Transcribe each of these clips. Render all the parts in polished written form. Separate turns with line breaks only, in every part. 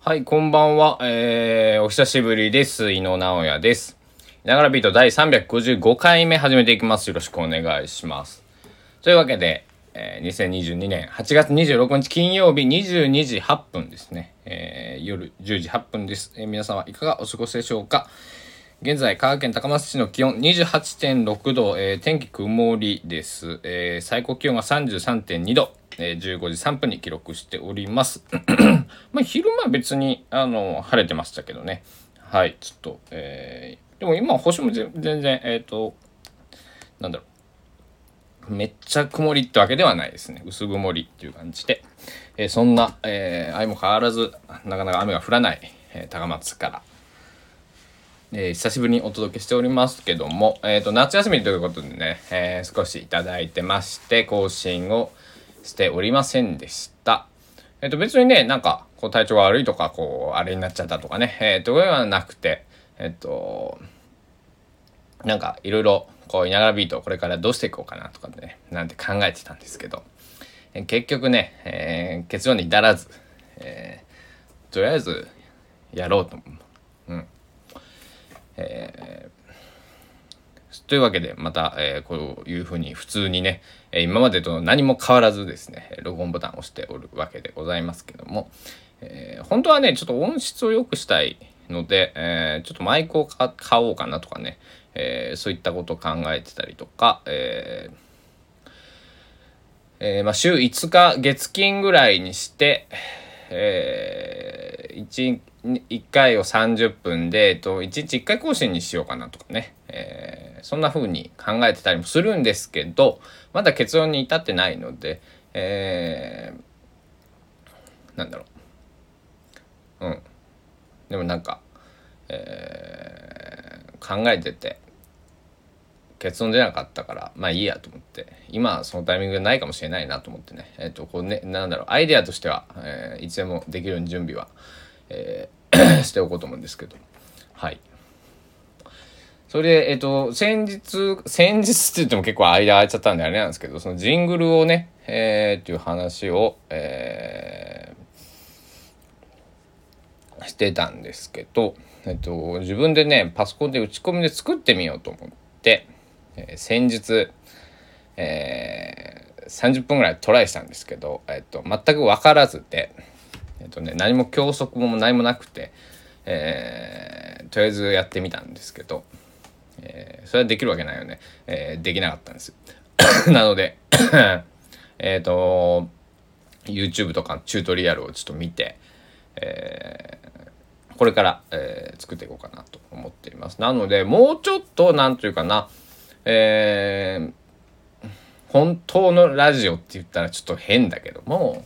はい、こんばんは。お久しぶりです。井野直哉です。ながらビート第355回目始めていきます。よろしくお願いします。というわけで、2022年8月26日金曜日22時8分ですね。夜10時8分です。皆様いかがお過ごしでしょうか。現在、香川県高松市の気温28.6度、天気曇りです。最高気温が33.2度、15時3分に記録しております。まあ、昼間は別に、晴れてましたけどね。はい、ちょっと、でも今、星も全然、なんだろめっちゃ曇りってわけではないですね。薄曇りっていう感じで。そんな、相も変わらず、なかなか雨が降らない、高松から、久しぶりにお届けしておりますけども、夏休みということでね、少しいただいてまして、更新をしておりませんでした。別にね、なんか、こう体調が悪いとか、こう、あれになっちゃったとかね、ではなくて、なんか、いろいろ、こう、いながらビートをこれからどうしていこうかなとかね、なんて考えてたんですけど、結局ね、結論に至らず、とりあえず、やろうと思う。というわけでまた、こういうふうに普通にね、今までと何も変わらずですね録音ボタンを押しておるわけでございますけども、本当はねちょっと音質を良くしたいので、ちょっとマイクを買おうかなとかね、そういったことを考えてたりとか、週5日月金ぐらいにして、1回を30分で、1日1回更新にしようかなとかね、そんな風に考えてたりもするんですけど、まだ結論に至ってないので、なんだろう。でもなんか、考えてて、結論出なかったからまあいいやと思って、今はそのタイミングがないかもしれないなと思ってね、こうね、アイデアとしては、いつでもできるように準備は、しておこうと思うんですけど、はい。それで先日って言っても結構間空いちゃったんであれなんですけど、そのジングルをね、っていう話を、してたんですけど、自分でねパソコンで打ち込みで作ってみようと思って、先日、30分ぐらいトライしたんですけど、全く分からずで、何も教則も何もなくて、とりあえずやってみたんですけど、それはできるわけないよね、できなかったんですなのでYouTube とかチュートリアルをちょっと見て、これから、作っていこうかなと思っています。なのでもうちょっとなんというかな、本当のラジオって言ったらちょっと変だけども、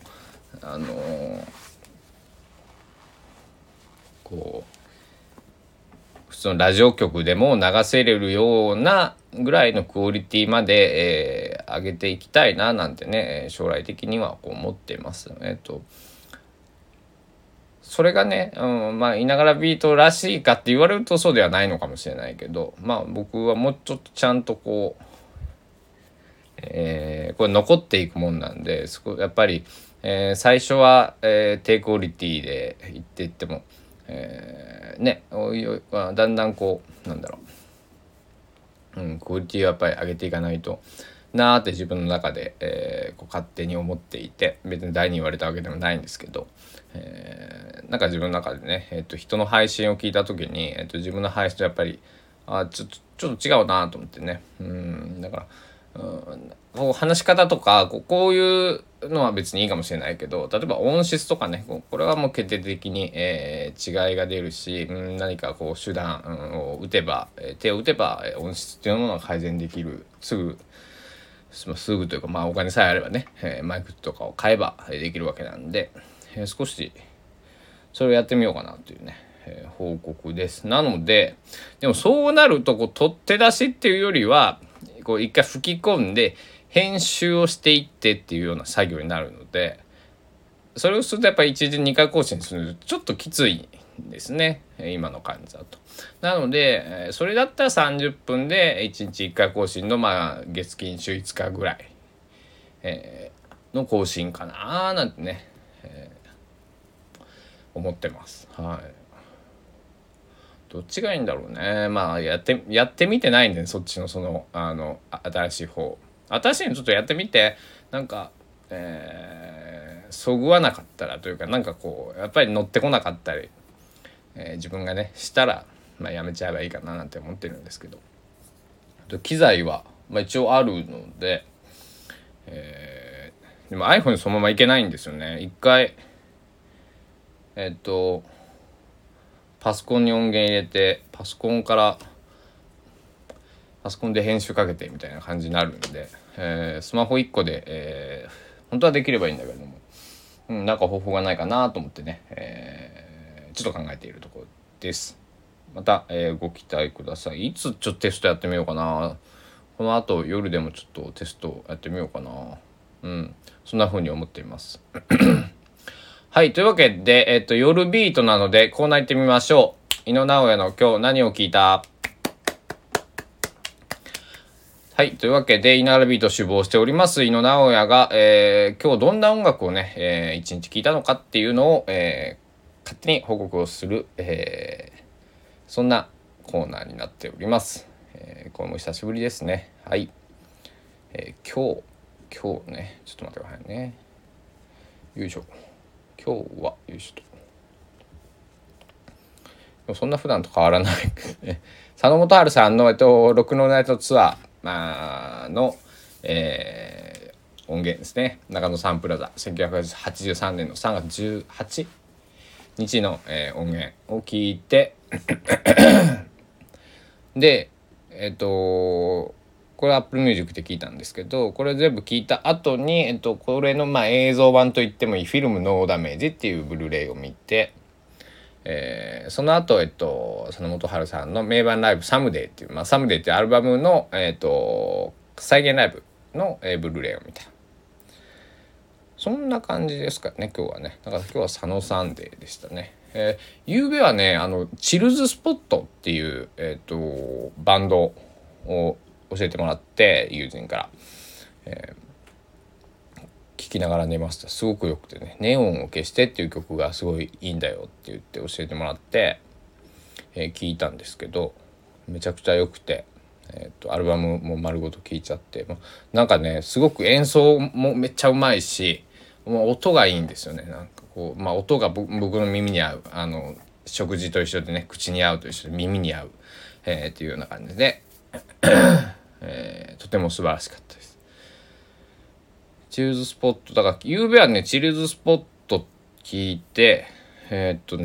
こう普通のラジオ局でも流せれるようなぐらいのクオリティまで、上げていきたいななんてね、将来的にはこう思っています。それがね、まあいながらビートらしいかって言われるとそうではないのかもしれないけど、まあ僕はもうちょっとちゃんとこう、これ残っていくもんなんで、やっぱり、最初は、低クオリティでいっていっても、ね、おいおいだんだんこうなんだろう、クオリティをやっぱり上げていかないとなーって自分の中で、こう勝手に思っていて、別に誰に言われたわけでもないんですけど、なんか自分の中でね、人の配信を聞いた時に、自分の配信とやっぱりちょっと違うなと思ってね、だからこう話し方とかこういうのは別にいいかもしれないけど、例えば音質とかね、これはもう決定的に、違いが出るし、何かこう手段、を打てば、手を打てば音質っていうものが改善できる。すぐというか、まあお金さえあればね、マイクとかを買えばできるわけなんで、少しそれをやってみようかなというね、報告です。なので、でもそうなるとこう取って出しっていうよりは、こう一回吹き込んで編集をしていってっていうような作業になるので、それをするとやっぱり1日2回更新するとちょっときついんですね、今の感じだと。なのでそれだったら30分で1日1回更新の、まあ月金週5日ぐらい、の更新かななんてね、 思ってます。はい。どっちがいいんだろうね。まあやってみてないんで、そっちの新しい方。新しいのちょっとやってみて、なんか、そぐわなかったらというか、なんかこうやっぱり乗ってこなかったり、自分がねしたら、まあ、やめちゃえばいいかななんて思ってるんですけど、機材は、まあ、一応あるので、でも iPhone にそのままいけないんですよね。一回パソコンに音源入れて、パソコンで編集かけてみたいな感じになるんで、スマホ1個で、本当はできればいいんだけれども、なんか方法がないかなと思ってね、ちょっと考えているところです。また、ご期待ください。いつちょっとテストやってみようかな。この後夜でもちょっとテストやってみようかな。そんな風に思っています。はい、というわけで、夜ビートなのでコーナー行ってみましょう。井野直哉の今日何を聞いた？はい、というわけで、イナラビート志望しております井野直哉が、今日どんな音楽をね、一日聴いたのかっていうのを、勝手に報告をする、そんなコーナーになっております。これも久しぶりですね。はい。今日ね、ちょっと待ってくださいね。よいしょ。今日は、よいしょと。でもそんな普段と変わらない佐野元春さんの、ロックノーナイトツアー、の、音源ですね。中野サンプラザ1983年の3月18日の、音源を聞いてでこれ Apple Music で聞いたんですけど、これ全部聞いた後に、これの映像版といってもいいフィルムノーダメージっていうブルーレイを見て、その後、佐野元春さんの名盤ライブサムデーっていう、サムデーっていうアルバムの、再現ライブの、ブルーレイを見た。そんな感じですかね、今日はね。だから今日は佐野サンデーでしたね。昨べはね、チルズスポットっていう、バンドを教えてもらって、友人から、聴きながら寝ました。すごく良くてね、ネオンを消してっていう曲がすごいいいんだよって言って教えてもらって、聴いたんですけど、めちゃくちゃ良くて、アルバムも丸ごと聴いちゃって、なんかね、すごく演奏もめっちゃうまいし、もう音がいいんですよね。なんかこう、音が僕の耳に合う、食事と一緒でね、口に合うと一緒で耳に合う、っていうような感じで、とても素晴らしかったです。チルズスポットだから、昨べはねチルズスポット聞いて、昨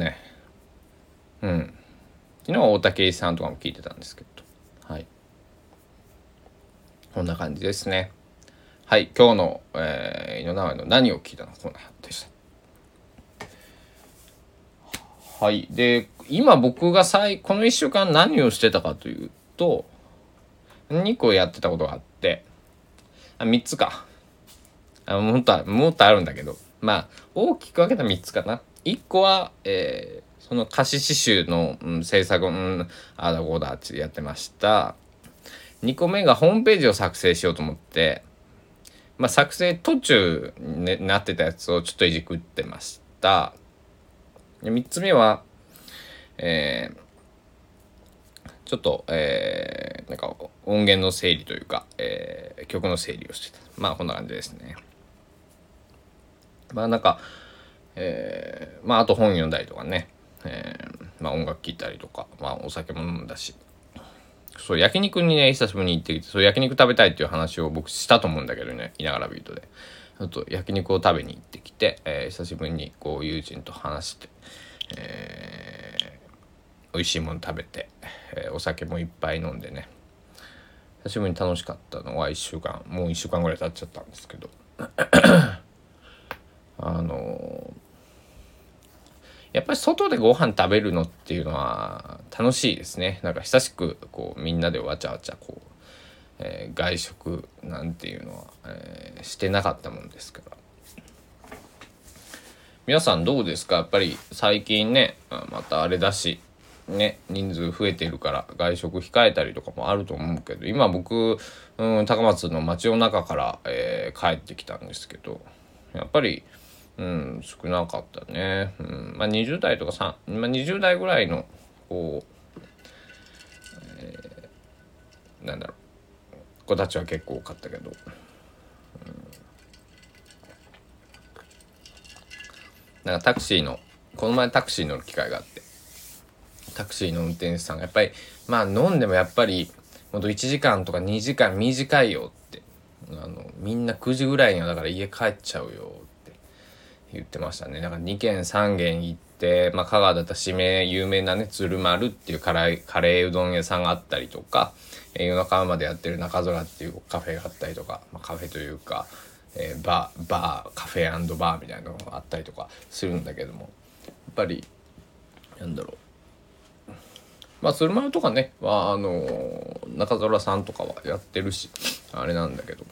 日は大竹さんとかも聞いてたんですけど、はい、こんな感じですね。はい、今日の、井野直哉の何を聞いたのコーナーでした。はい、で今僕がこの1週間何をしてたかというと、2個やってたことがあって、3つか、もっとあるんだけど、大きく分けた3つかな。1個は、その歌詞詩集の、制作を、あだこうだってやってました。2個目がホームページを作成しようと思って、作成途中になってたやつをちょっといじくってました。で3つ目は、ちょっと、なんか音源の整理というか、曲の整理をしてた。こんな感じですね。なんか、あと本読んだりとかね、音楽聴いたりとか、お酒も飲んだし、そう焼肉にね久しぶりに行ってきて、そう焼肉食べたいっていう話を僕したと思うんだけどね、いながらビートでちょっと焼肉を食べに行ってきて、久しぶりにこう友人と話して、美味しいもの食べて、お酒もいっぱい飲んでね、久しぶりに楽しかったのはもう1週間ぐらい経っちゃったんですけどやっぱり外でご飯食べるのっていうのは楽しいですね。なんか久しくこうみんなでわちゃわちゃこう、外食なんていうのは、してなかったもんですから。皆さんどうですか？やっぱり最近ね、またあれだしね、人数増えているから外食控えたりとかもあると思うけど、今僕、高松の街の中から、帰ってきたんですけど、やっぱり少なかったね。20代とか20代ぐらいのこう、なんだろう、子たちは結構多かったけど、なんかこの前タクシー乗る機会があって、タクシーの運転手さんがやっぱり飲んでもやっぱりほんと1時間とか2時間短いよって、みんな9時ぐらいにはだから家帰っちゃうよって言ってましたね。だから2軒3軒行って、香川だったら有名なね鶴丸っていうカレーうどん屋さんがあったりとか、夜中までやってる中空っていうカフェがあったりとか、カフェというか、カフェ&バーみたいなのがあったりとかするんだけども、やっぱりなんだろう、鶴丸とかねは中空さんとかはやってるしあれなんだけど、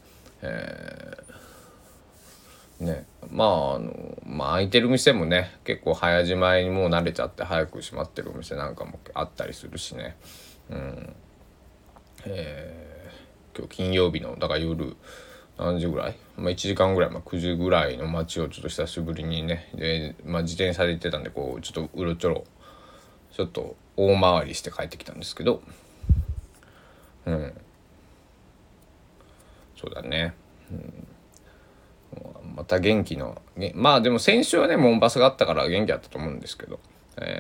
空いてる店もね結構早じまいにもう慣れちゃって早く閉まってるお店なんかもあったりするしね。今日金曜日のだから夜何時ぐらい、1時間ぐらい、9時ぐらいの街をちょっと久しぶりにねで、自転車で行ってたんでこうちょっとうろちょろちょっと大回りして帰ってきたんですけど、そうだね、また元気のでも先週はねモンバスがあったから元気だったと思うんですけど、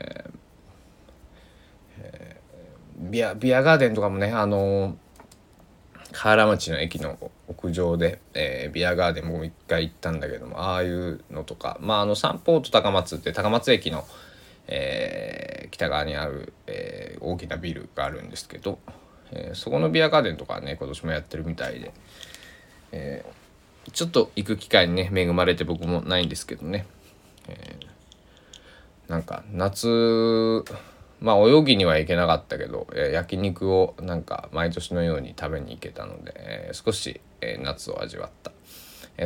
ビアガーデンとかもね河原町の駅の屋上で、ビアガーデンも一回行ったんだけども、ああいうのとかサンポート高松って高松駅の、北側にある、大きなビルがあるんですけど、そこのビアガーデンとかはね今年もやってるみたいで、ちょっと行く機会にね恵まれて僕もないんですけどね、なんか夏泳ぎには行けなかったけど、焼肉をなんか毎年のように食べに行けたので、少し、夏を味わった、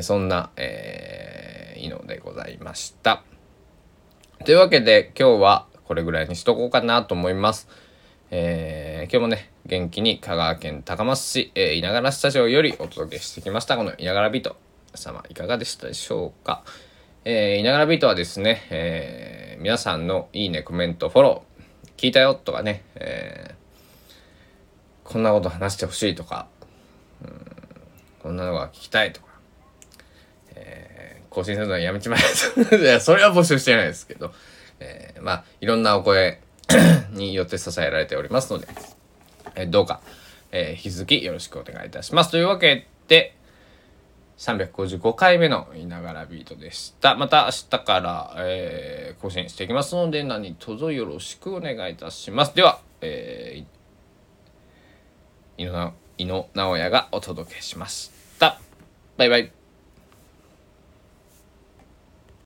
そんな、いいのでございました。というわけで今日はこれぐらいにしとこうかなと思います。今日もね元気に香川県高松市、稲柄スタジオよりお届けしてきましたこの稲柄ビート、皆様いかがでしたでしょうか。稲柄ビートはですね、皆さんのいいねコメントフォロー聞いたよとかね、こんなこと話してほしいとか、こんなのが聞きたいとか、更新するのはやめちまえいやそれは募集してないですけど、いろんなお声によって支えられておりますので、どうか、引き続きよろしくお願いいたします。というわけで355回目のいながらビートでした。また明日から、更新していきますので何卒よろしくお願いいたします。では、井野直哉がお届けしました。バイバイ。